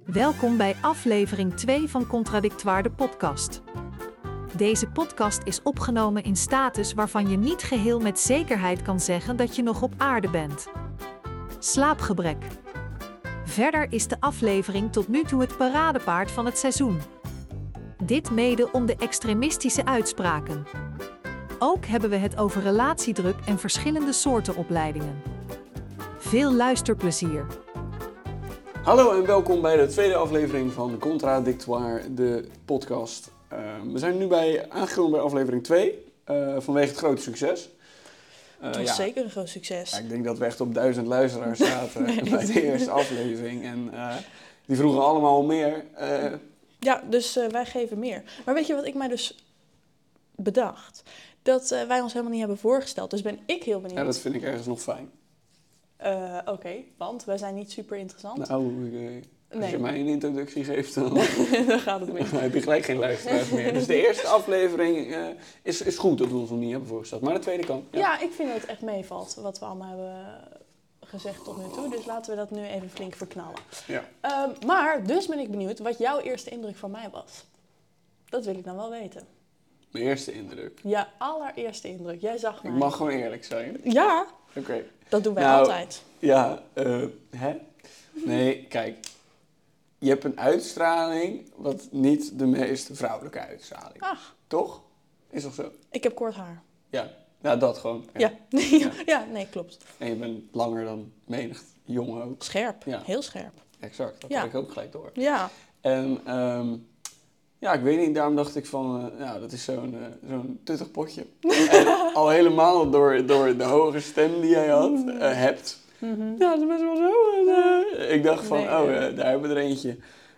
Welkom bij aflevering 2 van Contradictoire de podcast. Deze podcast is opgenomen in status waarvan je niet geheel met zekerheid kan zeggen dat je nog op aarde bent. Slaapgebrek. Verder is de aflevering tot nu toe het paradepaard van het seizoen. Dit mede om de extremistische uitspraken. Ook hebben we het over relatiedruk en verschillende soorten opleidingen. Veel luisterplezier. Hallo en welkom bij de tweede aflevering van Contradictoire, de podcast. We zijn nu aangekomen bij aflevering 2, vanwege het grote succes. Het was zeker een groot succes. Ja, ik denk dat we echt op 1000 luisteraars zaten bij de eerste aflevering. En die vroegen allemaal om meer. Ja, dus wij geven meer. Maar weet je wat ik mij dus bedacht? Dat wij ons helemaal niet hebben voorgesteld. Dus ben ik heel benieuwd. Ja, dat vind ik ergens nog fijn. Oké, want wij zijn niet super interessant. Nou, als je mij een introductie geeft, dan, dan gaat het mis. Dan heb je gelijk geen luisteraars meer. Dus de eerste aflevering is goed dat we ons nog niet hebben voorgesteld. Maar de tweede kan. Ja, ik vind dat het echt meevalt wat we allemaal hebben gezegd tot nu toe. Dus laten we dat nu even flink verknallen. Ja. Maar dus ben ik benieuwd wat jouw eerste indruk van mij was. Dat wil ik dan wel weten. Mijn eerste indruk? Ja, allereerste indruk. Jij zag mij. Ik mag gewoon eerlijk zijn. Ja, Oké. Dat doen wij altijd. Ja, hè? Nee, kijk. Je hebt een uitstraling wat niet de meest vrouwelijke uitstraling. Ach. Toch? Is toch zo? Ik heb kort haar. Ja, nou dat gewoon. Ja. Ja, nee, klopt. En je bent langer dan menig jongen ook. Scherp, Ja. Heel scherp. Exact, dat had ik ook gelijk door. Ja. En ja, ik weet niet, daarom dacht ik van, dat is zo'n tuttig potje. En al helemaal door de hoge stem die jij hebt. Mm-hmm. Ja, dat is best wel zo. Ik dacht van, daar hebben we er eentje.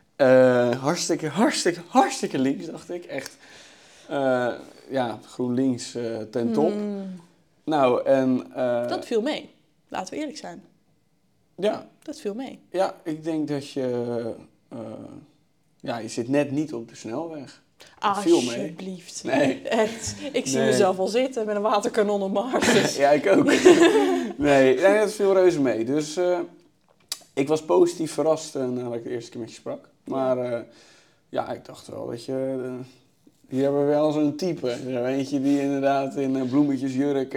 Hartstikke links, dacht ik. Echt, GroenLinks ten top. Nou, en... dat viel mee. Laten we eerlijk zijn. Ja. Dat viel mee. Ja, ik denk dat je... je zit net niet op de snelweg. Alsjeblieft. Nee. Echt. Ik zie mezelf al zitten met een waterkanon op mijn hart. Dus. Ja, ik ook. Nee, dat viel reuze mee. Dus ik was positief verrast nadat ik de eerste keer met je sprak. Maar ik dacht wel dat je... hier hebben we wel zo'n type. Eentje die inderdaad in bloemetjesjurk...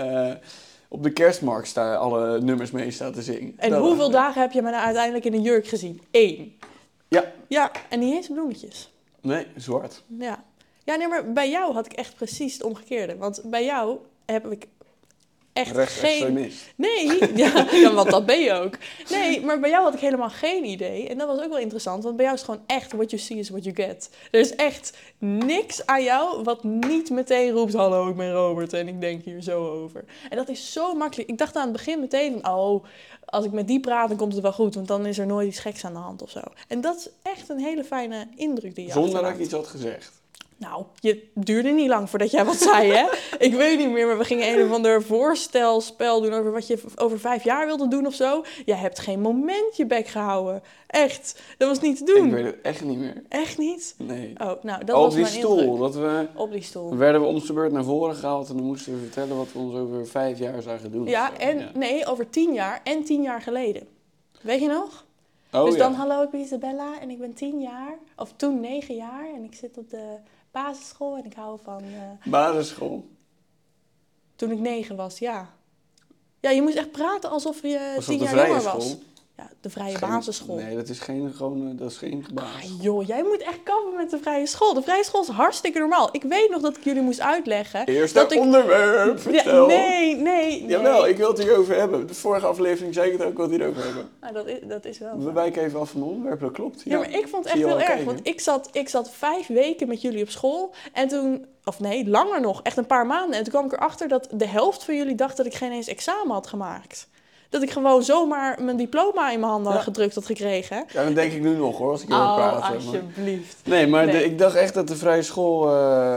op de kerstmarkt alle nummers mee staat te zingen. En hoeveel dagen heb je me nou uiteindelijk in een jurk gezien? 1. Ja. Ja, en niet eens bloemetjes. Nee, zwart. Ja. Ja, nee, maar bij jou had ik echt precies het omgekeerde. Want bij jou heb ik echt rechtsextremist. Nee, ja, want dat ben je ook. Nee, maar bij jou had ik helemaal geen idee. En dat was ook wel interessant, want bij jou is het gewoon echt what you see is what you get. Er is echt niks aan jou wat niet meteen roept, hallo, ik ben Robert en ik denk hier zo over. En dat is zo makkelijk. Ik dacht aan het begin meteen, als ik met die praat, dan komt het wel goed, want dan is er nooit iets geks aan de hand of zo. En dat is echt een hele fijne indruk die je Zonder dat ik iets had gezegd. Nou, het duurde niet lang voordat jij wat zei, hè? Ik weet niet meer, maar we gingen een of ander voorstelspel doen over wat je over 5 jaar wilde doen of zo. Jij hebt geen moment je bek gehouden. Echt, dat was niet te doen. Ik weet het echt niet meer. Echt niet? Nee. Oh, nou, dat was mijn indruk. Op die stoel werden we om de beurt naar voren gehaald en dan moesten we vertellen wat we ons over 5 jaar zouden doen. Ja, nee, over 10 jaar en 10 jaar geleden. Weet je nog? Dus dan, hallo, ik ben Isabella en ik ben 10 jaar, of toen 9 jaar en ik zit op de basisschool en ik hou van... Basisschool? Toen ik 9 was, ja. Ja, je moest echt praten alsof je was 10 jaar jonger was. Ja, de vrije basisschool. Nee, dat is geen basisschool. Joh, jij moet echt kappen met de vrije school. De vrije school is hartstikke normaal. Ik weet nog dat ik jullie moest uitleggen. Eerste onderwerp, vertel. Nee. Jawel, ik wil het hierover hebben. De vorige aflevering zei ik het ook, ik wil het hierover hebben. Dat is wel. We wijken even af van de onderwerp, dat klopt. Ja, maar ik vond het echt heel erg. Want ik zat 5 weken met jullie op school. En toen, langer nog, echt een paar maanden. En toen kwam ik erachter dat de helft van jullie dacht dat ik geen eens examen had gemaakt. Dat ik gewoon zomaar mijn diploma in mijn handen gedrukt had gekregen. Ja, dat denk ik nu nog hoor, als ik hierover praat. Alsjeblieft. Nee, maar ik dacht echt dat de vrije school...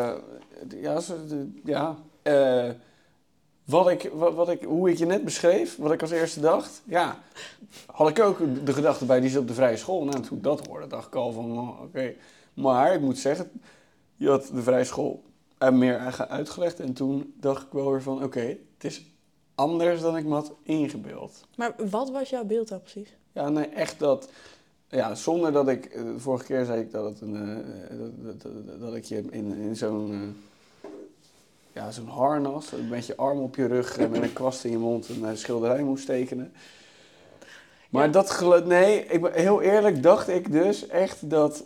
hoe ik je net beschreef, wat ik als eerste dacht... Ja, had ik ook de gedachte bij, die zit op de vrije school. Nou, toen ik dat hoorde, dacht ik al van, oké. Maar ik moet zeggen, je had de vrije school meer uitgelegd. En toen dacht ik wel weer van, oké, het is... anders dan ik me had ingebeeld. Maar wat was jouw beeld dan precies? Ja, nee, echt dat ja, zonder dat ik... de vorige keer zei ik dat, dat ik je in zo'n... ja, zo'n harnas, met je arm op je rug en met een kwast in je mond een schilderij moest tekenen. Maar Ja. nee, heel eerlijk dacht ik dus echt dat...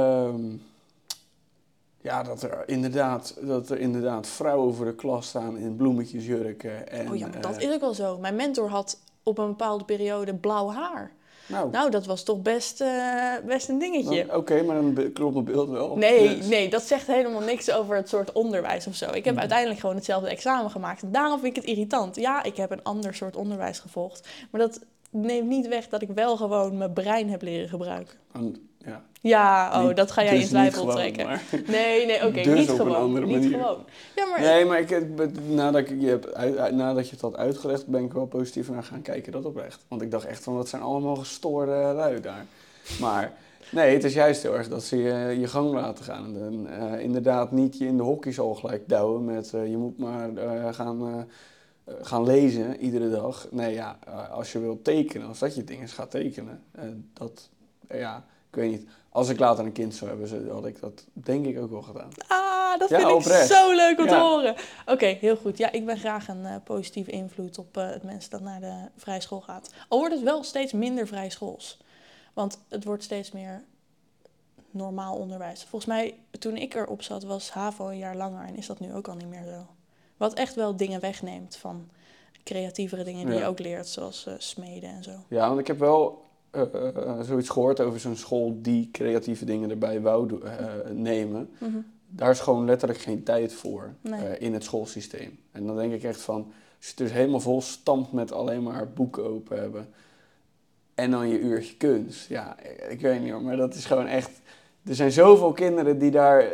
ja, dat er inderdaad vrouwen voor de klas staan in bloemetjesjurken. En, Oh ja, maar dat is ook wel zo. Mijn mentor had op een bepaalde periode blauw haar. Nou, dat was toch best een dingetje. Oké, maar dan klopt mijn beeld wel. Nee, dat zegt helemaal niks over het soort onderwijs of zo. Ik heb uiteindelijk gewoon hetzelfde examen gemaakt. En daarom vind ik het irritant. Ja, ik heb een ander soort onderwijs gevolgd. Maar dat neemt niet weg dat ik wel gewoon mijn brein heb leren gebruiken. Ja, dat ga jij dus in twijfel gewoon, trekken. Maar... Nee, oké, dus niet op gewoon. een andere niet manier. gewoon. Ja, maar... Nee, maar nadat je het had uitgelegd, ben ik wel positief naar gaan kijken, dat oprecht. Want ik dacht echt van, dat zijn allemaal gestoorde lui daar. Maar nee, het is juist heel erg dat ze je gang laten gaan. En inderdaad niet je in de hokjes al gelijk douwen met, je moet maar gaan lezen iedere dag. Nee, ja, als je wilt tekenen, als dat je ding is, gaat tekenen. Ik weet niet. Als ik later een kind zou hebben, had ik dat denk ik ook wel gedaan. Dat Ja, vind ik oprecht. zo leuk om te horen. Oké, heel goed. Ja, ik ben graag een positieve invloed op het mensen dat naar de vrije school gaat. Al wordt het wel steeds minder vrije schools. Want het wordt steeds meer normaal onderwijs. Volgens mij, toen ik erop zat, was HAVO een jaar langer. En is dat nu ook al niet meer zo. Wat echt wel dingen wegneemt van creatievere dingen die je ook leert. Zoals smeden en zo. Ja, want ik heb wel zoiets gehoord over zo'n school die creatieve dingen erbij wou nemen. Mm-hmm. Daar is gewoon letterlijk geen tijd voor Nee. in het schoolsysteem. En dan denk ik echt van, als je het dus helemaal vol stampt met alleen maar boeken open hebben. En dan je uurtje kunst. Ja, ik weet niet hoor, maar dat is gewoon echt... Er zijn zoveel kinderen die daar...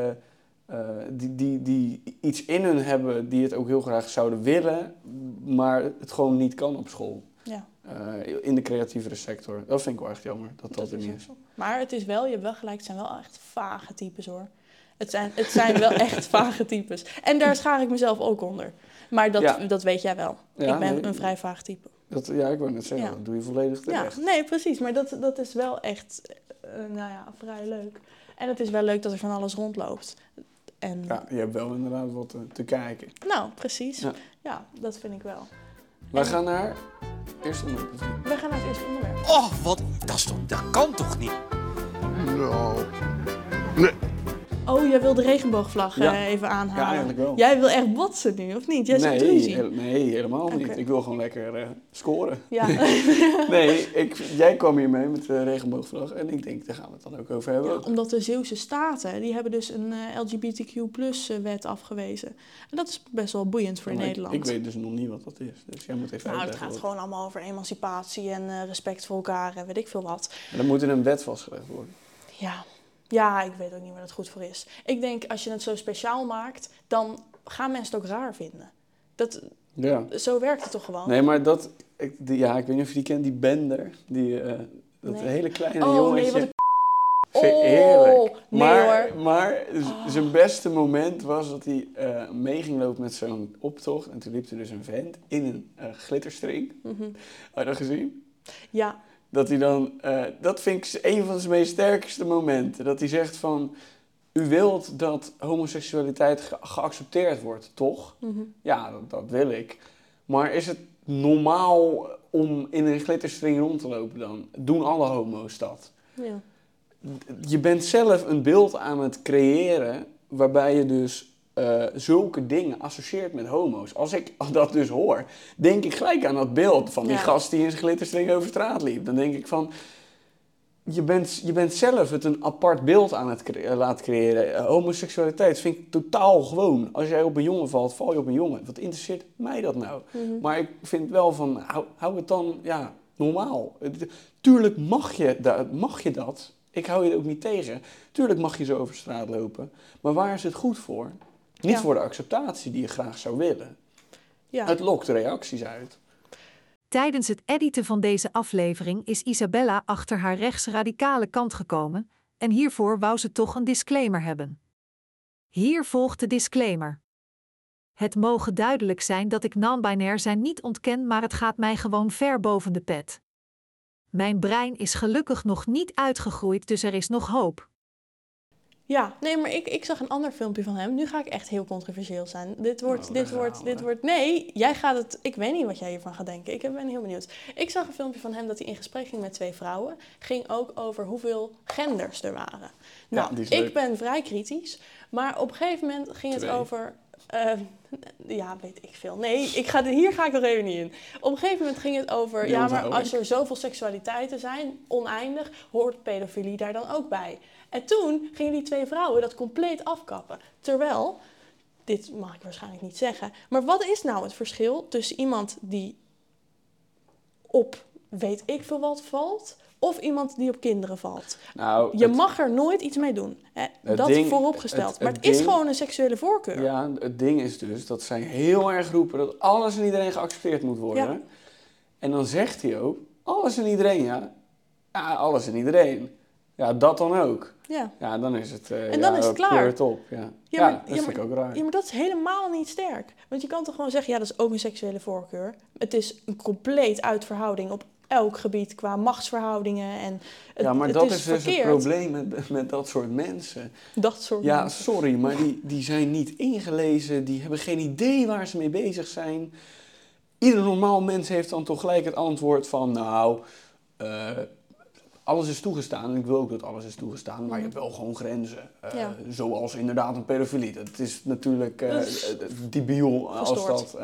die iets in hun hebben, die het ook heel graag zouden willen, maar het gewoon niet kan op school. Ja. In de creatievere sector. Dat vind ik wel echt jammer, dat er niet is. Maar het is wel, je hebt wel gelijk, het zijn wel echt vage types hoor. Het zijn wel echt vage types. En daar schaar ik mezelf ook onder. Maar dat weet jij wel. Ja, ik ben een vrij vaag type. Ik wou net zeggen, dat doe je volledig terecht. Ja, nee, precies. Maar dat is wel echt, vrij leuk. En het is wel leuk dat er van alles rondloopt. En... Ja, je hebt wel inderdaad wat te kijken. Nou, precies. Ja, dat vind ik wel. We gaan naar het eerste onderwerp. We gaan naar het eerste onderwerp. Oh, wat? Dat kan toch niet? Nou, nee. Oh, jij wil de regenboogvlag even aanhalen. Ja, eigenlijk wel. Jij wil echt botsen nu, of niet? Jij zoekt ruzie. Nee, helemaal niet. Oké. Ik wil gewoon lekker scoren. Ja. Nee, jij kwam hier mee met de regenboogvlag en ik denk, daar gaan we het dan ook over hebben. Ja, omdat de Zeeuwse Staten, die hebben dus een LGBTQ+-wet afgewezen. En dat is best wel boeiend voor Nederland. Ik weet dus nog niet wat dat is, dus jij moet even het uitleggen. gaat gewoon allemaal over emancipatie en respect voor elkaar en weet ik veel wat. En dan moet in een wet vastgelegd worden. Ja, ik weet ook niet waar dat goed voor is. Ik denk, als je het zo speciaal maakt, dan gaan mensen het ook raar vinden. Zo werkt het toch gewoon? Nee, maar ik weet niet of je die kent, die Bender. Dat hele kleine jongetje. Nee, Heerlijk. Nee, maar zijn beste moment was dat hij mee ging lopen met zo'n optocht. En toen liep er dus een vent in een glitterstring. Mm-hmm. Had je dat gezien? Ja. Dat hij dan, dat vind ik een van zijn meest sterkste momenten. Dat hij zegt van, u wilt dat homoseksualiteit geaccepteerd wordt, toch? Mm-hmm. Ja, dat wil ik. Maar is het normaal om in een glitterstring rond te lopen dan? Doen alle homo's dat? Ja. Je bent zelf een beeld aan het creëren waarbij je dus zulke dingen associeert met homo's. Als ik dat dus hoor, denk ik gelijk aan dat beeld van die gast die in zijn glitterstring over straat liep. Dan denk ik van, je bent zelf het een apart beeld aan het laten creëren. Homoseksualiteit vind ik totaal gewoon. Als jij op een jongen valt, val je op een jongen. Wat interesseert mij dat nou? Mm-hmm. Maar ik vind wel van, hou het dan normaal. Tuurlijk mag je dat. Ik hou je er ook niet tegen. Tuurlijk mag je zo over straat lopen. Maar waar is het goed voor? Niet voor de acceptatie die je graag zou willen. Ja. Het lokt reacties uit. Tijdens het editen van deze aflevering is Isabella achter haar rechtsradicale kant gekomen en hiervoor wou ze toch een disclaimer hebben. Hier volgt de disclaimer. Het mogen duidelijk zijn dat ik non-binair zijn niet ontken, maar het gaat mij gewoon ver boven de pet. Mijn brein is gelukkig nog niet uitgegroeid, dus er is nog hoop. Ja, nee, maar ik zag een ander filmpje van hem. Nu ga ik echt heel controversieel zijn. Dit wordt... Nee, jij gaat het... Ik weet niet wat jij hiervan gaat denken. Ik ben heel benieuwd. Ik zag een filmpje van hem dat hij in gesprek ging met 2 vrouwen. Ging ook over hoeveel genders er waren. Nou, die is leuk. ik ben vrij kritisch. Maar op een gegeven moment ging het 2. over... ja, weet ik veel. Nee, hier ga ik nog even niet in. Op een gegeven moment ging het over... Die Ja, maar onthoud als er zoveel seksualiteiten zijn, oneindig, hoort pedofilie daar dan ook bij. En toen gingen die 2 vrouwen dat compleet afkappen. Terwijl, dit mag ik waarschijnlijk niet zeggen, maar wat is nou het verschil tussen iemand die op weet ik veel wat valt, of iemand die op kinderen valt? Nou, Je mag er nooit iets mee doen. Hè? Dat ding- vooropgesteld. Maar het is ding- gewoon een seksuele voorkeur. Ja, het ding is dus dat zij heel erg roepen dat alles en iedereen geaccepteerd moet worden. Ja. En dan zegt hij ook, alles en iedereen, ja. Ja, alles en iedereen. Ja, dat dan ook. Ja. Ja, dan is het... En dan is het klaar. Kleur het op, ja. Dat vind ik ook raar. Ja, maar dat is helemaal niet sterk. Want je kan toch gewoon zeggen, ja, dat is ook een seksuele voorkeur. Het is een compleet uit verhouding op elk gebied qua machtsverhoudingen. En Ja, maar het dat is dus verkeerd. het probleem met dat soort mensen. Dat soort Ja, mensen. sorry, maar die zijn niet ingelezen. Die hebben geen idee waar ze mee bezig zijn. Ieder normaal mens heeft dan toch gelijk het antwoord van... Nou, alles is toegestaan. En ik wil ook dat alles is toegestaan. Maar je hebt wel gewoon grenzen. Ja. Zoals inderdaad een pedofilie. Dat is natuurlijk Dat is debiel verstoord.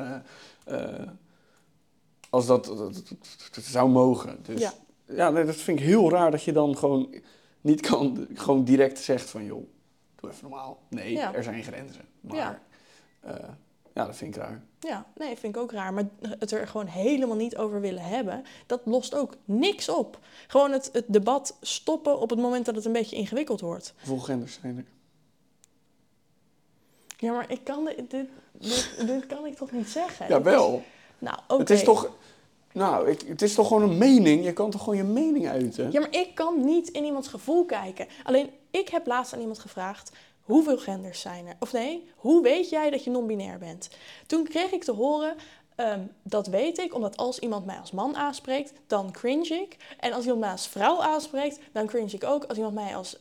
als dat zou mogen. Dus Ja. ja, nee, dat vind ik heel raar dat je dan gewoon niet kan, gewoon direct zegt van joh, doe even normaal. Nee, Ja. er zijn grenzen. Maar Ja. ja, dat vind ik raar. Ja, nee, vind ik ook raar. Maar het er gewoon helemaal niet over willen hebben, dat lost ook niks op. Gewoon het debat stoppen op het moment dat het een beetje ingewikkeld wordt. Hoeveel genders zijn er? Ja, maar ik kan dit kan ik toch niet zeggen? Jawel. Nou, oké. Het is toch... Nou, het is toch gewoon een mening? Je kan toch gewoon je mening uiten? Ja, maar ik kan niet in iemands gevoel kijken. Alleen, ik heb laatst aan iemand gevraagd, hoeveel genders zijn er? Of nee, hoe weet jij dat je non-binair bent? Toen kreeg ik te horen, dat weet ik, omdat als iemand mij als man aanspreekt, dan cringe ik. En als iemand mij als vrouw aanspreekt, dan cringe ik ook. Als iemand mij als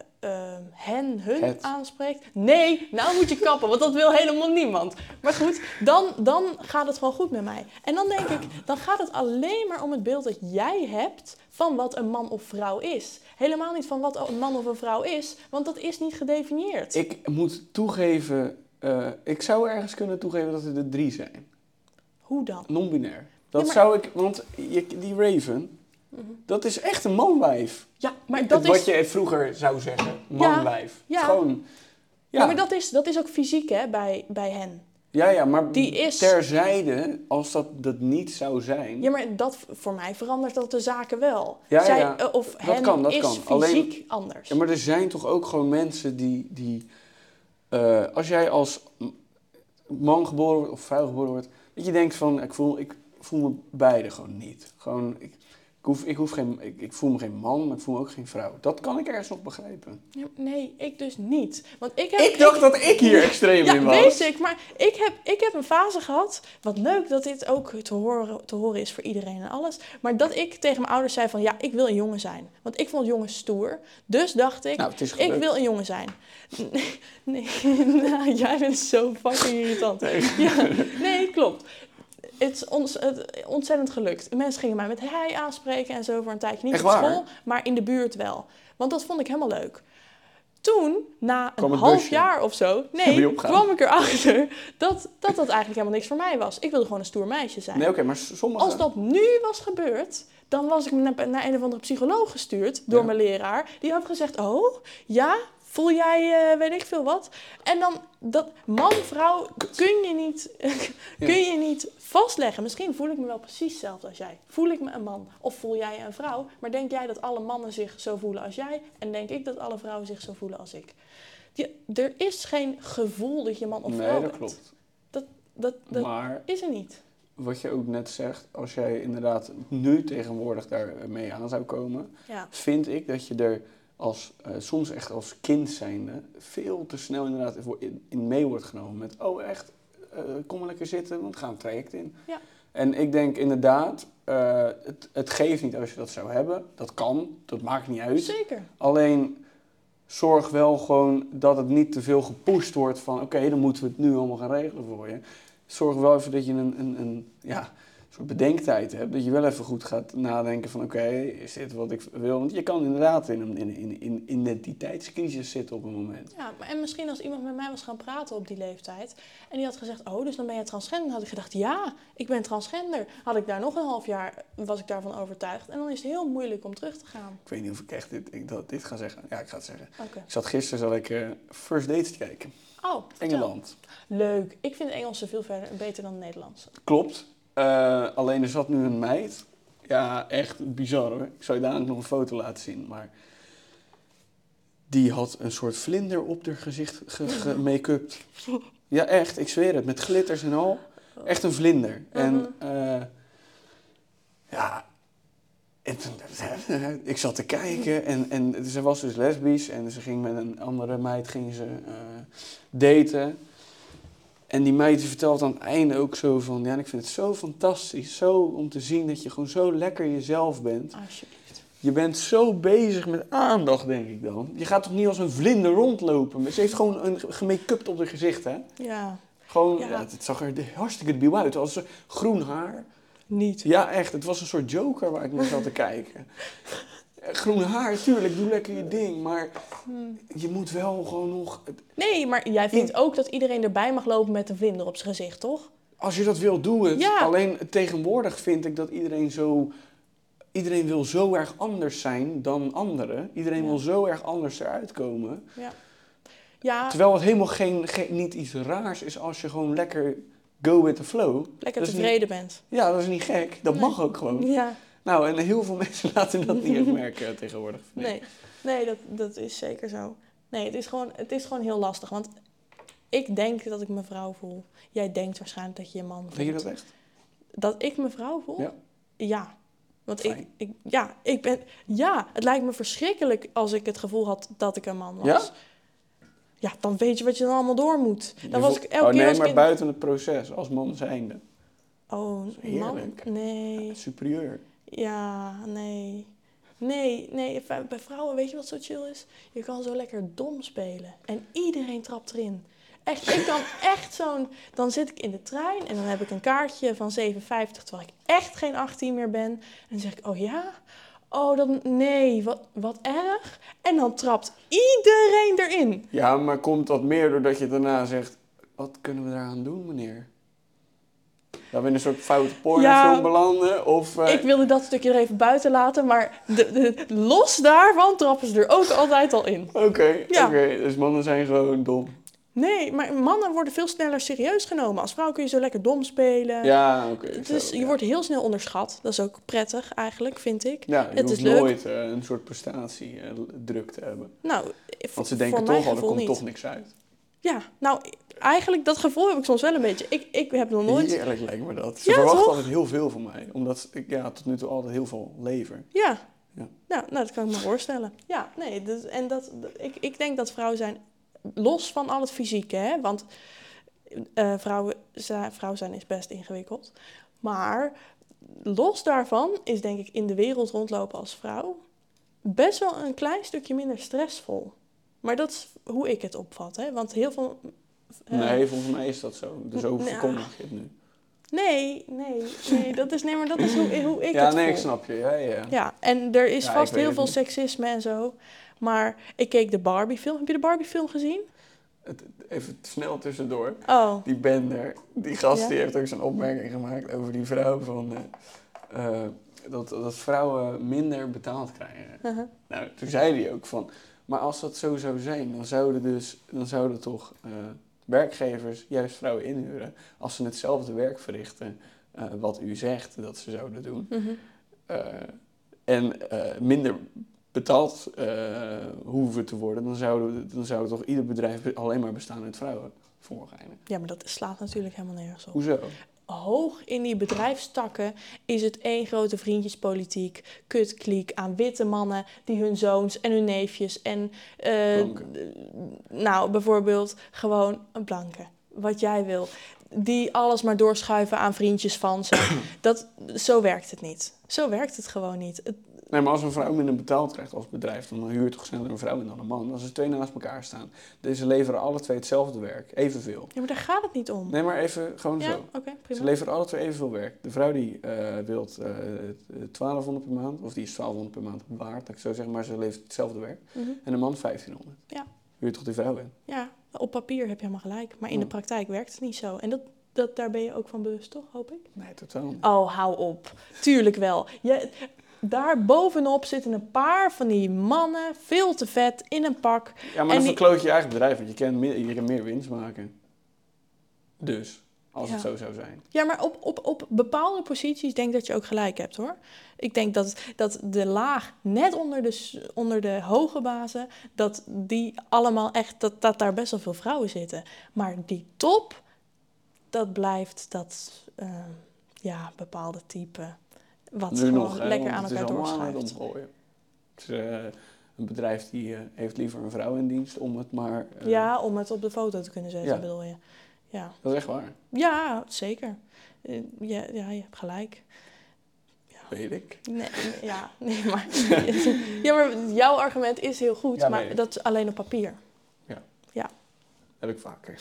hun Het. aanspreekt. Nee, nou moet je kappen, want dat wil helemaal niemand. Maar goed, dan gaat het gewoon goed met mij. En dan denk ik, dan gaat het alleen maar om het beeld dat jij hebt van wat een man of vrouw is. Helemaal niet van wat een man of een vrouw is, want dat is niet gedefinieerd. Ik moet toegeven... ik zou ergens kunnen toegeven dat er 3 zijn. Hoe dan? Non-binair. Dat Ja, maar- zou ik... Want die Raven... Dat is echt een manwijf. Ja, maar dat Wat is... je vroeger zou zeggen. Manwijf. ja. Het is gewoon... Ja, maar dat is ook fysiek, hè, bij hen. Ja, maar Die is- terzijde, als dat niet zou zijn... Ja, maar dat, voor mij verandert dat de zaken wel. Ja, Zij, ja. of Dat hen kan, dat is kan. fysiek Alleen- anders. Ja, maar er zijn toch ook gewoon mensen die als jij als man geboren wordt of vrouw geboren wordt... Dat je denkt van, ik voel me beide gewoon niet. Gewoon, ik voel me geen man, maar ik voel me ook geen vrouw. Dat kan ik ergens nog begrijpen. Ja, nee, ik dus niet. Want ik dacht dat ik hier extreem in was. Ja, weet ik. Maar ik heb een fase gehad. Wat leuk dat dit ook te horen is voor iedereen en alles. Maar dat ik tegen mijn ouders zei van, ja, ik wil een jongen zijn. Want ik vond jongens stoer. Dus dacht ik, Nou, het is ik gelukt. wil een jongen zijn. Nee, nou, jij bent zo fucking irritant. Ja, nee, klopt. Het is ontzettend gelukt. Mensen gingen mij met hij aanspreken en zo voor een tijdje. Niet Echt op waar? school, maar in de buurt wel. Want dat vond ik helemaal leuk. Toen, na Kwam een het half busje? jaar of zo, Ben je nee, opgegaan? kwam ik erachter dat eigenlijk helemaal niks voor mij was. Ik wilde gewoon een stoer meisje zijn. Nee, oké, maar sommige... Als dat nu was gebeurd, dan was ik naar een of andere psycholoog gestuurd door Ja. mijn leraar. Die had gezegd, oh, ja, voel jij weet ik veel wat. En dan, dat man, vrouw, kun je niet vastleggen. Misschien voel ik me wel precies hetzelfde als jij. Voel ik me een man of voel jij je een vrouw? Maar denk jij dat alle mannen zich zo voelen als jij? En denk ik dat alle vrouwen zich zo voelen als ik? Er is geen gevoel dat je man of vrouw Nee, dat bent. klopt. Dat Maar is er niet. wat je ook net zegt, als jij inderdaad nu tegenwoordig daarmee aan zou komen... Ja. vind ik dat je er soms echt als kind zijnde veel te snel inderdaad in mee wordt genomen met, oh echt, kom maar lekker zitten, want we gaan een traject in. Ja. En ik denk inderdaad, het geeft niet als je dat zou hebben. Dat kan, dat maakt niet uit. Zeker. Alleen zorg wel gewoon dat het niet te veel gepusht wordt van oké, dan moeten we het nu allemaal gaan regelen voor je. Zorg wel even dat je een soort bedenktijd hebt. Dat je wel even goed gaat nadenken van oké, is dit wat ik wil? Want je kan inderdaad in een identiteitscrisis zitten op een moment. Ja, en misschien als iemand met mij was gaan praten op die leeftijd en die had gezegd, oh, dus dan ben je transgender. Dan had ik gedacht, ja, ik ben transgender. Had ik daar nog een half jaar, was ik daarvan overtuigd. En dan is het heel moeilijk om terug te gaan. Ik weet niet of ik echt dit ga zeggen. Ja, ik ga het zeggen. Oké. Gisteren First Dates te kijken. Oh, vertel. Engeland. Leuk. Ik vind het Engelse veel beter dan het Nederlands. Klopt. Alleen er zat nu een meid. Ja, echt bizar hoor. Ik zou je dadelijk nog een foto laten zien. Maar die had een soort vlinder op haar gezicht gemake-upt. Ja, echt. Ik zweer het. Met glitters en al. Echt een vlinder. En ja... ik zat te kijken en ze was dus lesbisch en ze ging met een andere meid daten. En die meid vertelt aan het einde ook zo van, ja, ik vind het zo fantastisch, zo om te zien dat je gewoon zo lekker jezelf bent. Alsjeblieft. Je bent zo bezig met aandacht, denk ik dan. Je gaat toch niet als een vlinder rondlopen? Ze heeft gewoon een gemake-upt op haar gezicht, hè? Ja. Gewoon, Ja. ja, het zag er hartstikke debiel uit. Als groen haar. Niet. Ja, echt. Het was een soort Joker waar ik naar zat te kijken. Groen haar, tuurlijk, doe lekker je ding. Maar je moet wel gewoon nog... Nee, maar jij vindt ook dat iedereen erbij mag lopen met een vlinder op zijn gezicht, toch? Als je dat wil, doe het. Ja. Alleen tegenwoordig vind ik dat iedereen wil zo erg anders zijn dan anderen. Iedereen Ja. wil zo erg anders eruit komen. Ja. Ja, Terwijl het helemaal niet iets raars is als je gewoon lekker go with the flow. lekker dat is tevreden bent. Ja, dat is niet gek. Dat Nee. mag ook gewoon. Ja. Nou, en heel veel mensen laten dat niet echt merken tegenwoordig. Nee, dat is zeker zo. Nee, het is gewoon heel lastig. Want ik denk dat ik me vrouw voel. Jij denkt waarschijnlijk dat je je man voelt. Denk je dat echt? Dat ik me vrouw voel? Ja. Ja. Want Fijn. het lijkt me verschrikkelijk als ik het gevoel had dat ik een man was. Ja? Ja, dan weet je wat je dan allemaal door moet. Dan was ik elke keer nee, als maar ik buiten het proces, als man zijnde. Oh, man? heerlijk. Nee. Superieur. Ja, nee. Nee, bij vrouwen, weet je wat zo chill is? Je kan zo lekker dom spelen. En iedereen trapt erin. Echt, ik kan echt dan zit ik in de trein en dan heb ik een kaartje van 7,50, terwijl ik echt geen 18 meer ben. En dan zeg ik, oh ja? Oh, nee, wat erg. En dan trapt iedereen erin. Ja, maar komt dat meer doordat je daarna zegt... Wat kunnen we daaraan doen, meneer? Dat we in een soort foute pornofilm belanden? Of, Ik wilde dat stukje er even buiten laten, maar los daarvan trappen ze er ook altijd al in. Oké, Ja. dus mannen zijn gewoon dom. Nee, maar mannen worden veel sneller serieus genomen. Als vrouw kun je zo lekker dom spelen. Ja, oké. Dus je wordt heel snel onderschat. Dat is ook prettig eigenlijk, vind ik. Ja, je het hoeft is leuk. nooit een soort prestatiedruk te hebben. Nou, Want ze denken voor toch mijn al, er gevoel komt niet. toch niks uit. Ja, nou, eigenlijk dat gevoel heb ik soms wel een beetje. Ik heb nog nooit... Heerlijk lijkt me dat. Ze Ja, verwachten toch? altijd heel veel van mij. Omdat ik tot nu toe altijd heel veel lever. Ja. Ja. Nou, dat kan ik me voorstellen. Ja, nee, ik denk dat vrouwen zijn, los van al het fysieke, hè, want vrouw zijn is best ingewikkeld. Maar los daarvan is denk ik in de wereld rondlopen als vrouw best wel een klein stukje minder stressvol. Maar dat is hoe ik het opvat, hè, want heel veel... Nee, volgens mij is dat zo. Dus hoe nou, verkondig je het nu? Nee, dat is hoe ik Ja, het nee, voel. ik snap je. Ja. Ja, en er is Ja, vast ik weet heel het veel niet. seksisme en zo. Maar ik keek de Barbie-film. Heb je de Barbie-film gezien? Even snel tussendoor. Oh, Die Bender, die gast, Ja? die heeft ook zo'n opmerking gemaakt over die vrouw van... dat vrouwen minder betaald krijgen. uh-huh. Nou, toen zei hij ook van... Maar als dat zo zou zijn, dan zouden toch werkgevers juist vrouwen inhuren... als ze hetzelfde werk verrichten wat u zegt dat ze zouden doen. En minder betaald hoeven te worden... dan zou toch ieder bedrijf alleen maar bestaan uit vrouwen. Volgens eigenlijk. Ja, maar dat slaat natuurlijk helemaal nergens op. Hoezo? Hoog in die bedrijfstakken is het één grote vriendjespolitiek, kutkliek aan witte mannen die hun zoons en hun neefjes en Blanken. nou bijvoorbeeld gewoon een blanke. wat jij wil. Die alles maar doorschuiven aan vriendjes van ze. Zo werkt het niet. Zo werkt het gewoon niet. Nee, maar als een vrouw minder betaald krijgt als bedrijf, dan huurt toch sneller een vrouw in dan een man. Als ze twee naast elkaar staan. Dus ze leveren alle twee hetzelfde werk, evenveel. Ja, maar daar gaat het niet om. Nee, maar even gewoon Ja, zo. oké, prima. Ze leveren alle twee evenveel werk. De vrouw die wil 1200 per maand, of die is 1200 per maand waard, dat ik zo zeg, maar ze levert hetzelfde werk. Mhm. En de man 1500. Ja. Huurt toch die vrouw in? Ja, op papier heb je helemaal gelijk. Maar in de Ja. praktijk werkt het niet zo. En daar ben je ook van bewust, toch? Hoop ik. Nee, totaal niet. Oh, hou op. Tuurlijk wel. Daar bovenop zitten een paar van die mannen, veel te vet, in een pak. Ja, maar En dan die- verkloot je eigen bedrijf, want je kan meer winst maken. Dus, als het Ja. zo zou zijn. Ja, maar op bepaalde posities denk ik dat je ook gelijk hebt, hoor. Ik denk dat de laag net onder de hoge bazen, dat die allemaal echt, dat daar best wel veel vrouwen zitten. Maar die top, dat blijft bepaalde type, wat Nu gewoon nog, hè, lekker want aan het is elkaar allemaal aan het doorschuift. omgooien. Het is, een bedrijf die heeft liever een vrouw in dienst om het maar... Ja, om het op de foto te kunnen zetten, Ja. bedoel je. Ja, Dat is echt waar, ja zeker. Ja, je hebt gelijk. weet ik. Nee, maar... ja, maar jouw argument is heel goed, Ja, weet maar ik. dat is alleen op papier. Heb ik vaker.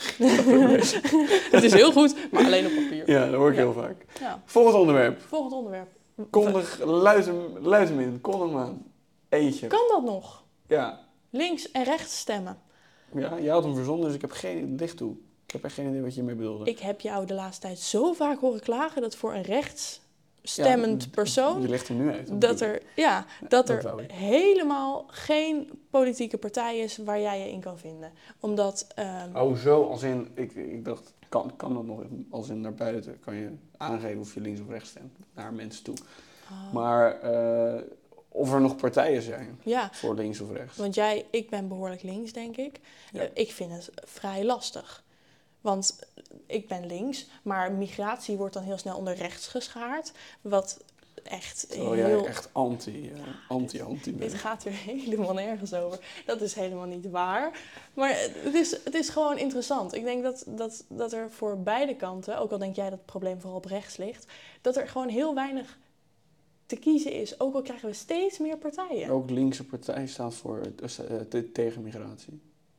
Het is heel goed, maar alleen op papier. Ja, dat hoor ik Ja. heel vaak. Ja. Volgend onderwerp. Volgend onderwerp. Kondig, luid hem in. Kondig hem aan. Eentje. Kan dat nog? Ja. Links en rechts stemmen. Ja, jij had hem verzonnen, dus ik heb geen licht toe. Ik heb echt geen idee wat je ermee bedoelde. Ik heb jou de laatste tijd zo vaak horen klagen dat voor een rechtsstemmend persoon... Je legt hem nu uit. Dat dat er wou ik. helemaal geen politieke partij is waar jij je in kan vinden. Omdat... Oh, zo, als in, ik dacht, kan dat nog, als in naar buiten, kan je aangeven of je links of rechts stemt, naar mensen toe. Maar of er nog partijen zijn ja, voor links of rechts. want ik ben behoorlijk links, denk ik. Ja. Ik vind het vrij lastig. Want ik ben links, maar migratie wordt dan heel snel onder rechts geschaard. Wat echt Terwijl heel... jij echt anti Dit bent. gaat weer helemaal nergens over. Dat is helemaal niet waar. Maar het is gewoon interessant. Ik denk dat er voor beide kanten, ook al denk jij dat het probleem vooral op rechts ligt, dat er gewoon heel weinig te kiezen is. Ook al krijgen we steeds meer partijen. Ook linkse partij staat tegen migratie.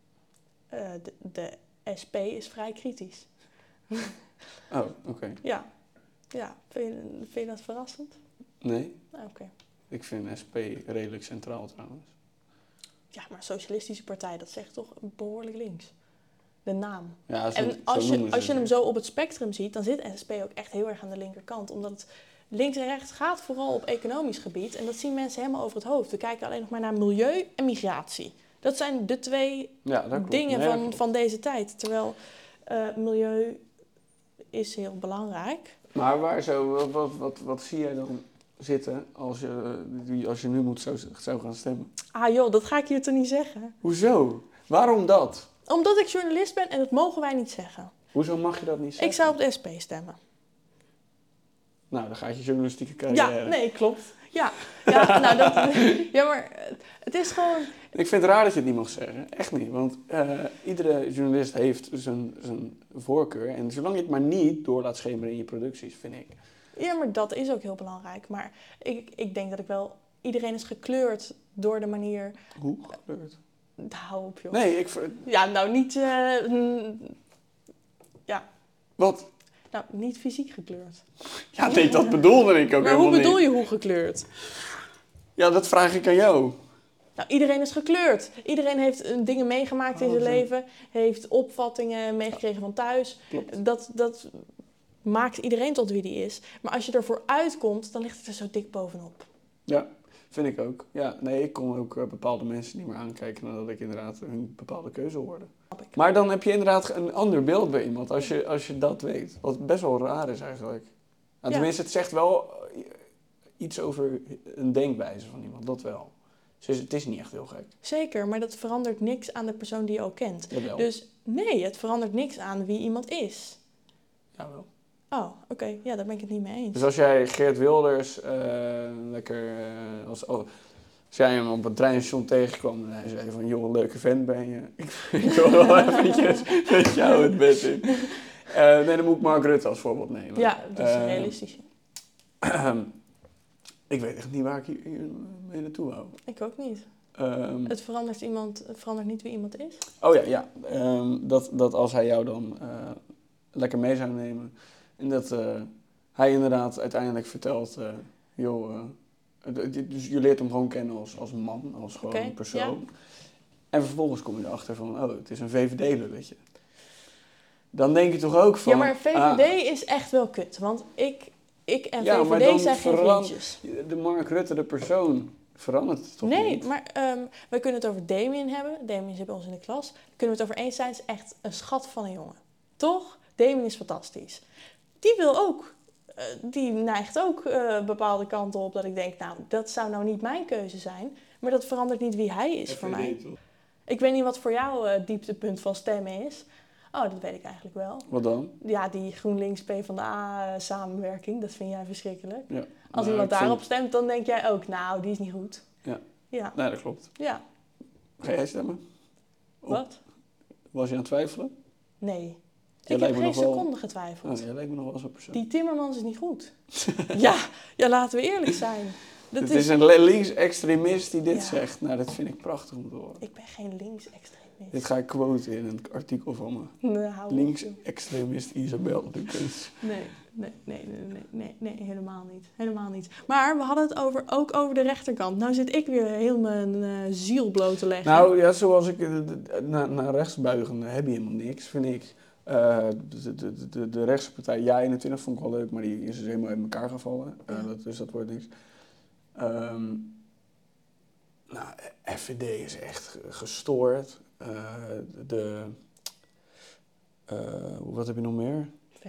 De SP is vrij kritisch. Oh, oké. Ja. Vind je dat verrassend? Nee, Oké. ik vind SP redelijk centraal trouwens. Ja, maar Socialistische Partij, dat zegt toch behoorlijk links. De naam. Ja, zo, En zo als noemen ze je hem het. zo op het spectrum ziet, dan zit SP ook echt heel erg aan de linkerkant. Omdat het links en rechts gaat vooral op economisch gebied. En dat zien mensen helemaal over het hoofd. We kijken alleen nog maar naar milieu en migratie. Dat zijn de twee Ja, dat klopt. dingen Nee, dat klopt. van deze tijd. Terwijl milieu is heel belangrijk. Maar wat zie jij dan zitten als je nu zou gaan stemmen? Ah joh, dat ga ik je toch niet zeggen. Hoezo? Waarom dat? Omdat ik journalist ben en dat mogen wij niet zeggen. Hoezo mag je dat niet zeggen? Ik zou op de SP stemmen. Nou, dan gaat je journalistieke carrière. Ja, nee, klopt. Ja, maar het is gewoon... Ik vind het raar dat je het niet mag zeggen. Echt niet. Want iedere journalist heeft zijn voorkeur. En zolang je het maar niet door laat schemeren in je producties, vind ik. Ja, maar dat is ook heel belangrijk. Maar ik denk dat ik wel... Iedereen is gekleurd door de manier... Hoe gebeurt? Hou op, joh. Nee, Ja, nou niet... Wat? Nou, niet fysiek gekleurd. Ja, nee, dat bedoelde ik ook Maar helemaal hoe bedoel niet. je hoe gekleurd? Ja, dat vraag ik aan jou. Nou, iedereen is gekleurd. Iedereen heeft dingen meegemaakt in zijn zo. leven. Heeft opvattingen meegekregen van thuis. Klopt. Dat maakt iedereen tot wie die is. Maar als je ervoor uitkomt, dan ligt het er zo dik bovenop. Ja, vind ik ook. Ja, nee, ik kon ook bepaalde mensen niet meer aankijken nadat ik inderdaad hun bepaalde keuze hoorde. Snap ik. Maar dan heb je inderdaad een ander beeld bij iemand als je dat weet. Wat best wel raar is eigenlijk. Ja. Nou, tenminste, het zegt wel iets over een denkwijze van iemand, dat wel. Dus het is niet echt heel gek. Zeker, maar dat verandert niks aan de persoon die je ook kent. Jawel. Dus nee, het verandert niks aan wie iemand is. Jawel. Oh, oké. Ja, daar ben ik het niet mee eens. Dus als jij Geert Wilders lekker Als jij hem op een treinstation tegenkwam en hij zei van, joh, een leuke vent ben je. Ik wil wel eventjes met jou het bed in. Nee, dan moet ik Mark Rutte als voorbeeld nemen. Ja, dat is realistisch. Ik weet echt niet waar ik hier mee naartoe wou. Ik ook niet. Het verandert niet wie iemand is. Oh ja. Dat als hij jou dan lekker mee zou nemen. En dat hij inderdaad uiteindelijk vertelt, dus je leert hem gewoon kennen als man, als gewoon een persoon. Ja. En vervolgens kom je erachter van, het is een VVD-lulletje. Dan denk je toch ook van... Ja, maar VVD is echt wel kut. Want ik en VVD zijn geen vriendjes. De Mark Rutte, de persoon, verandert het toch niet? Nee, maar we kunnen het over Damien hebben. Damien zit bij ons in de klas. Kunnen we het over eens zijn, is echt een schat van een jongen. Toch? Damien is fantastisch. Die wil ook... die neigt ook bepaalde kanten op dat ik denk, nou, dat zou nou niet mijn keuze zijn. Maar dat verandert niet wie hij is voor mij. Toch? Ik weet niet wat voor jou het dieptepunt van stemmen is. Oh, dat weet ik eigenlijk wel. Wat dan? Ja, die GroenLinks-PvdA samenwerking, dat vind jij verschrikkelijk. Ja. Als iemand daarop stemt, dan denk jij ook, nou, die is niet goed. Ja. Nee, dat klopt. Ja. Ga jij stemmen? Wat? Was je aan het twijfelen? Nee. Ik heb geen seconde getwijfeld. Jij lijkt me nog wel zo'n persoon. Die Timmermans is niet goed. ja, laten we eerlijk zijn. Het is een linksextremist die dit zegt. Nou, dat vind ik prachtig om te horen. Ik ben geen linksextremist. Dit ga ik quoten in een artikel van me. Linksextremist Isabel Lucas. Nee, helemaal niet. Maar we hadden het ook over de rechterkant. Nou zit ik weer heel mijn ziel bloot te leggen. Nou ja, zoals ik naar rechts buigen heb je helemaal niks, vind ik. De rechtse partij, Ja21, vond ik wel leuk, maar die is dus helemaal uit elkaar gevallen. Dus dat wordt niks. FVD is echt gestoord. Wat heb je nog meer?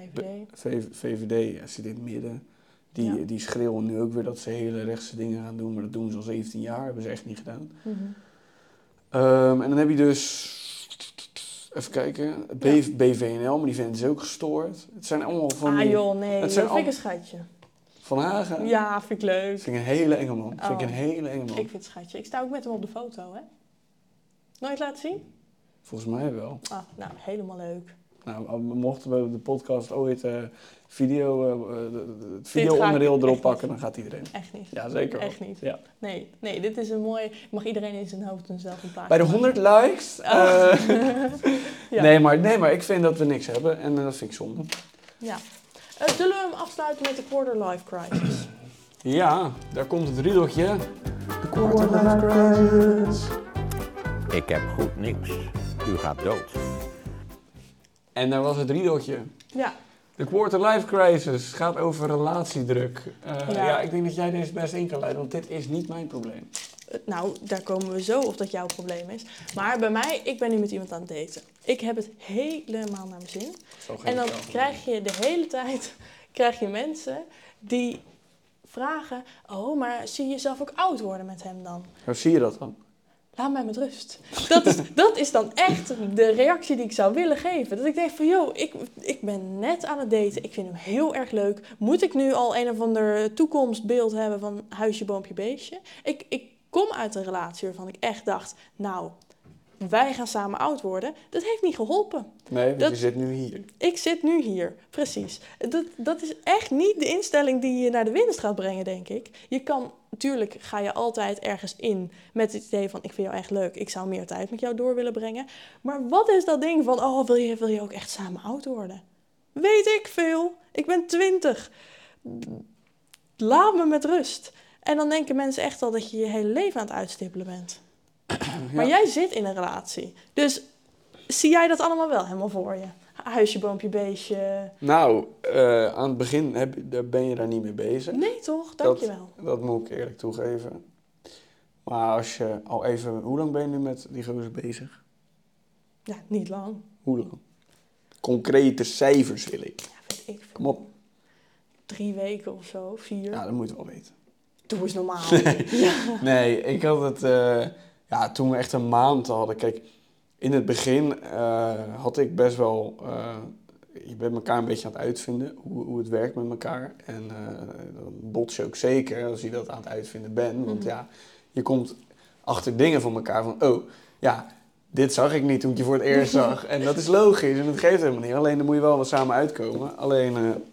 VVD zit in het midden. Die schreeuwen nu ook weer dat ze hele rechtse dingen gaan doen, maar dat doen ze al 17 jaar, hebben ze echt niet gedaan. Mm-hmm. En dan heb je dus, even kijken, BVNL, maar die vinden ze ook gestoord. Het zijn allemaal van die... nee, dat vind ik een schatje. Van Hagen? Ja, vind ik leuk. Vind ik een hele enge man. Ik vind het schatje. Ik sta ook met hem op de foto, hè? Nooit laten zien? Volgens mij wel. Nou, helemaal leuk. Nou, mochten we de podcast ooit het video-onderdeel erop pakken, dan gaat iedereen. Echt niet. Ja, zeker wel. Echt niet. Ja. Nee, dit is een mooi... Mag iedereen in zijn hoofd zelf een plaatje Bij de 100 likes? Ja. Nee, maar ik vind dat we niks hebben en dat vind ik zonde. Ja. Zullen we hem afsluiten met de quarter-life crisis? Ja, daar komt het riedeltje. De quarter-life crisis. Ik heb goed nieuws. U gaat dood. En daar was het riedeltje. Ja. De quarter-life crisis gaat over relatiedruk. Ik denk dat jij deze best in kan leiden, want dit is niet mijn probleem. Nou, daar komen we zo of dat jouw probleem is. Maar bij mij, ik ben nu met iemand aan het daten. Ik heb het helemaal naar mijn zin. En dan krijg je de hele tijd mensen die vragen... Oh, maar zie je jezelf ook oud worden met hem dan? Hoe zie je dat dan? Laat mij met rust. Dat is dan echt de reactie die ik zou willen geven. Dat ik denk van, ik ben net aan het daten. Ik vind hem heel erg leuk. Moet ik nu al een of ander toekomstbeeld hebben van huisje, boompje, beestje? Ik kom uit een relatie waarvan ik echt dacht... Nou, wij gaan samen oud worden. Dat heeft niet geholpen. Nee, je zit nu hier. Ik zit nu hier, precies. Dat is echt niet de instelling die je naar de winst gaat brengen, denk ik. Natuurlijk ga je altijd ergens in met het idee van... ik vind jou echt leuk, ik zou meer tijd met jou door willen brengen. Maar wat is dat ding van, wil je ook echt samen oud worden? Weet ik veel. Ik ben 20. Laat me met rust. En dan denken mensen echt al dat je je hele leven aan het uitstippelen bent. Ja. Maar jij zit in een relatie. Dus zie jij dat allemaal wel helemaal voor je? Huisje, boompje, beestje. Nou, aan het begin ben je daar niet mee bezig. Nee toch? Dankjewel. Dat moet ik eerlijk toegeven. Maar als je al even... Hoe lang ben je nu met die gozer bezig? Ja, niet lang. Hoe lang? Concrete cijfers wil ik. Ja, weet ik veel. Kom op. 3 weken of zo, 4. Ja, dat moet je wel weten. Doe eens normaal. Nee, ik had het... toen we echt een maand hadden... Kijk, in het begin had ik best wel... je bent elkaar een beetje aan het uitvinden. Hoe het werkt met elkaar. En dan bots je ook zeker als je dat aan het uitvinden bent. Want Je komt achter dingen van elkaar van, oh, ja, dit zag ik niet toen ik je voor het eerst zag. En dat is logisch en dat geeft helemaal niet. Alleen dan moet je wel wat samen uitkomen. Alleen,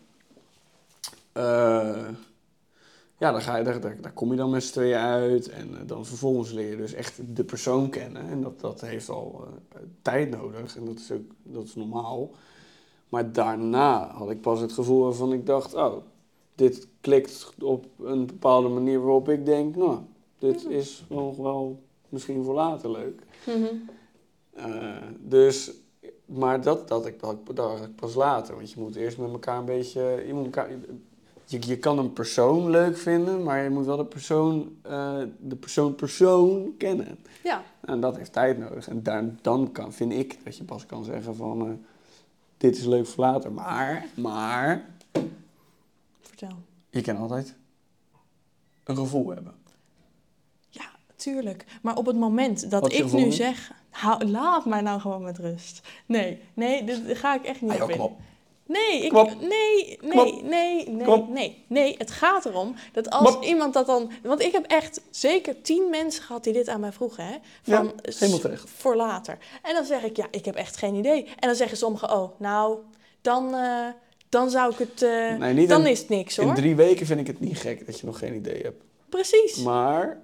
ja, daar kom je dan met z'n tweeën uit. En dan vervolgens leer je dus echt de persoon kennen. En dat heeft al tijd nodig. En dat is normaal. Maar daarna had ik pas het gevoel waarvan ik dacht, oh, dit klikt op een bepaalde manier waarop ik denk, nou, dit is nog wel misschien voor later leuk. Mhm. Dus, maar dat had ik pas later. Want je moet eerst met elkaar een beetje, je kan een persoon leuk vinden, maar je moet wel de persoon kennen. Ja. En dat heeft tijd nodig. En vind ik dat je pas kan zeggen van, dit is leuk voor later. Maar Vertel. je kan altijd een gevoel hebben. Ja, tuurlijk. Maar op het moment dat Wat is je ik gevoel nu nu? zeg, laat mij nou gewoon met rust. Nee, dit ga ik echt niet Ah, op joh, in. kom op. Nee, Kom op. Kom op. nee. Het gaat erom dat als iemand dat dan... Want ik heb echt zeker 10 mensen gehad die dit aan mij vroegen. Hè? Van, Ja, helemaal terecht. Voor later. En dan zeg ik, ja, ik heb echt geen idee. En dan zeggen sommigen, oh, nou, dan zou ik het... Nee, niet dan is het niks, hoor. In 3 weken vind ik het niet gek dat je nog geen idee hebt. Precies. Maar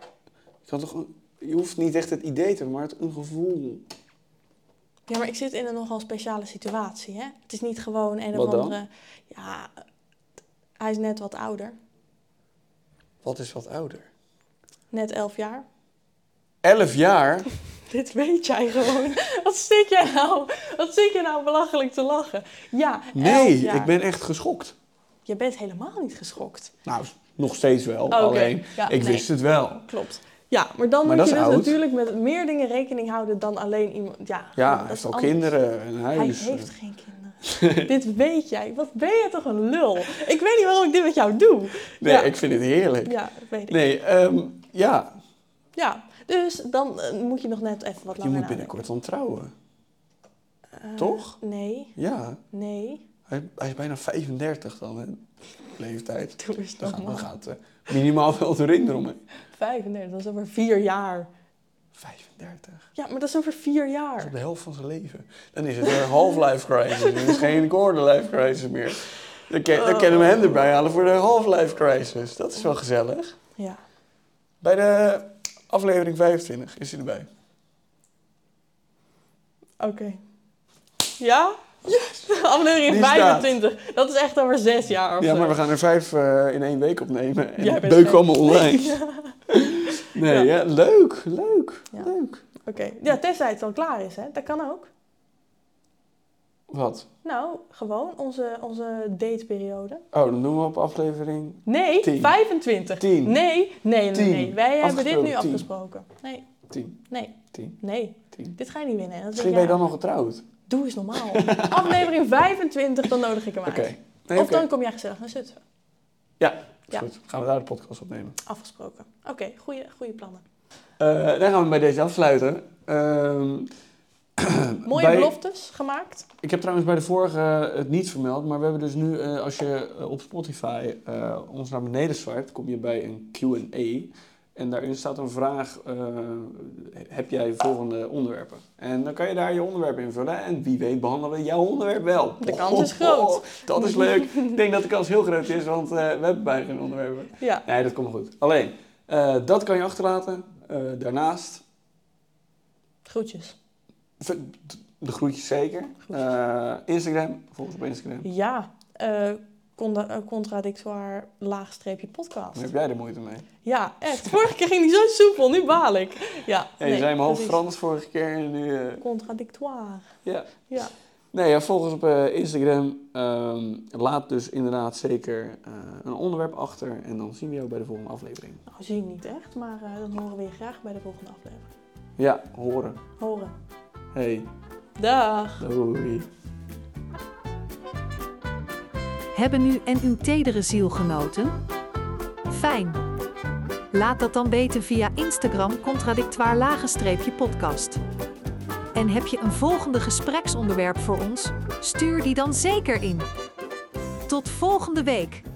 je hoeft niet echt het idee te hebben, maar een gevoel. Ja, maar ik zit in een nogal speciale situatie, hè. Het is niet gewoon een of Wat dan? andere... Ja, hij is net wat ouder. Wat is wat ouder? Net 11 jaar. 11 jaar? Dit weet jij gewoon. Wat zit jij nou belachelijk te lachen? Ja, 11 Nee, jaar. ik ben echt geschokt. Je bent helemaal niet geschokt. Nou, nog steeds wel. Oké. Alleen, Ja, ik nee. wist het wel. Klopt. Ja, maar dan Maar moet dat je is dus oud. natuurlijk met meer dingen rekening houden dan alleen iemand... Ja, Ja, dat hij heeft is al anders. kinderen, een huis. Hij heeft geen kinderen. Dit weet jij. Wat ben je toch een lul? Ik weet niet waarom ik dit met jou doe. Nee, Ja. ik vind het heerlijk. Ja, weet ik. Nee, ja. Ja, dus dan moet je nog net even wat Je langer moet binnenkort dan trouwen. Toch? Nee, Ja. nee. Hij is bijna 35 dan, hè? Leeftijd. Doe eens Dan normaal. gaat minimaal wel de ring eromheen. 35, dat is over 4 jaar. 35. Ja, maar dat is over 4 Dat is jaar. op de helft van zijn leven. Dan is het een half-life crisis. Dan is het geen quarter-life crisis meer. Dan kunnen we hem erbij halen voor de half-life crisis. Dat is wel gezellig. Ja. Bij de aflevering 25 is hij erbij. Oké. Ja? Yes! Aflevering Die 25. Dat is echt over 6 jaar of Ja, zo. maar we gaan er 5 in 1 week opnemen. En Jij bent beuken gek. allemaal online. Nee, ja. Leuk. Ja. Leuk. Oké. Ja, tenzij het al klaar is, hè. Dat kan ook. Wat? Nou, gewoon onze dateperiode. Oh, dan doen we op aflevering Nee, 10. 25. 10. Nee. 10. Wij hebben dit nu Afgesproken, 10. afgesproken. Nee, 10. nee, 10. nee. 10. Dit ga je niet winnen. Dat Misschien weet ben je jij. dan nog getrouwd. Doe eens normaal. Aflevering 25, dan nodig ik hem uit. Oké. Nee, Of oké. dan kom jij gezellig naar Zutphen. Ja, is Ja. goed. Gaan we daar de podcast opnemen. Afgesproken. Oké, goede plannen. Dan gaan we bij deze afsluiten. Mooie beloftes gemaakt. Ik heb trouwens bij de vorige het niet vermeld, maar we hebben dus nu, als je op Spotify ons naar beneden swipt, kom je bij een Q&A. En daarin staat een vraag, heb jij volgende onderwerpen? En dan kan je daar je onderwerp invullen en wie weet behandelen we jouw onderwerp wel. De kans is groot. Dat is leuk. Ik denk dat de kans heel groot is, want we hebben bijna geen onderwerpen. Ja. Nee, dat komt wel goed. Alleen, dat kan je achterlaten. Daarnaast, Groetjes. de groetjes zeker. Instagram, volg ons op Instagram. Ja. Contradictoire _podcast. Dan heb jij er moeite mee. Ja, echt. Vorige keer ging die zo soepel, nu baal ik. Ja, Ja, je zei hem half precies. Frans vorige keer en nu... Contradictoire. ja. Ja. Nee, ja, volg ons op Instagram. Laat dus inderdaad zeker een onderwerp achter. En dan zien we jou bij de volgende aflevering. Nou, zie je niet echt, maar dan horen we je graag bij de volgende aflevering. Ja, horen. Horen. Hey, Dag. doei. Hebben u en uw tedere ziel genoten? Fijn. Laat dat dan weten via Instagram contradictoire_podcast. En heb je een volgende gespreksonderwerp voor ons? Stuur die dan zeker in. Tot volgende week.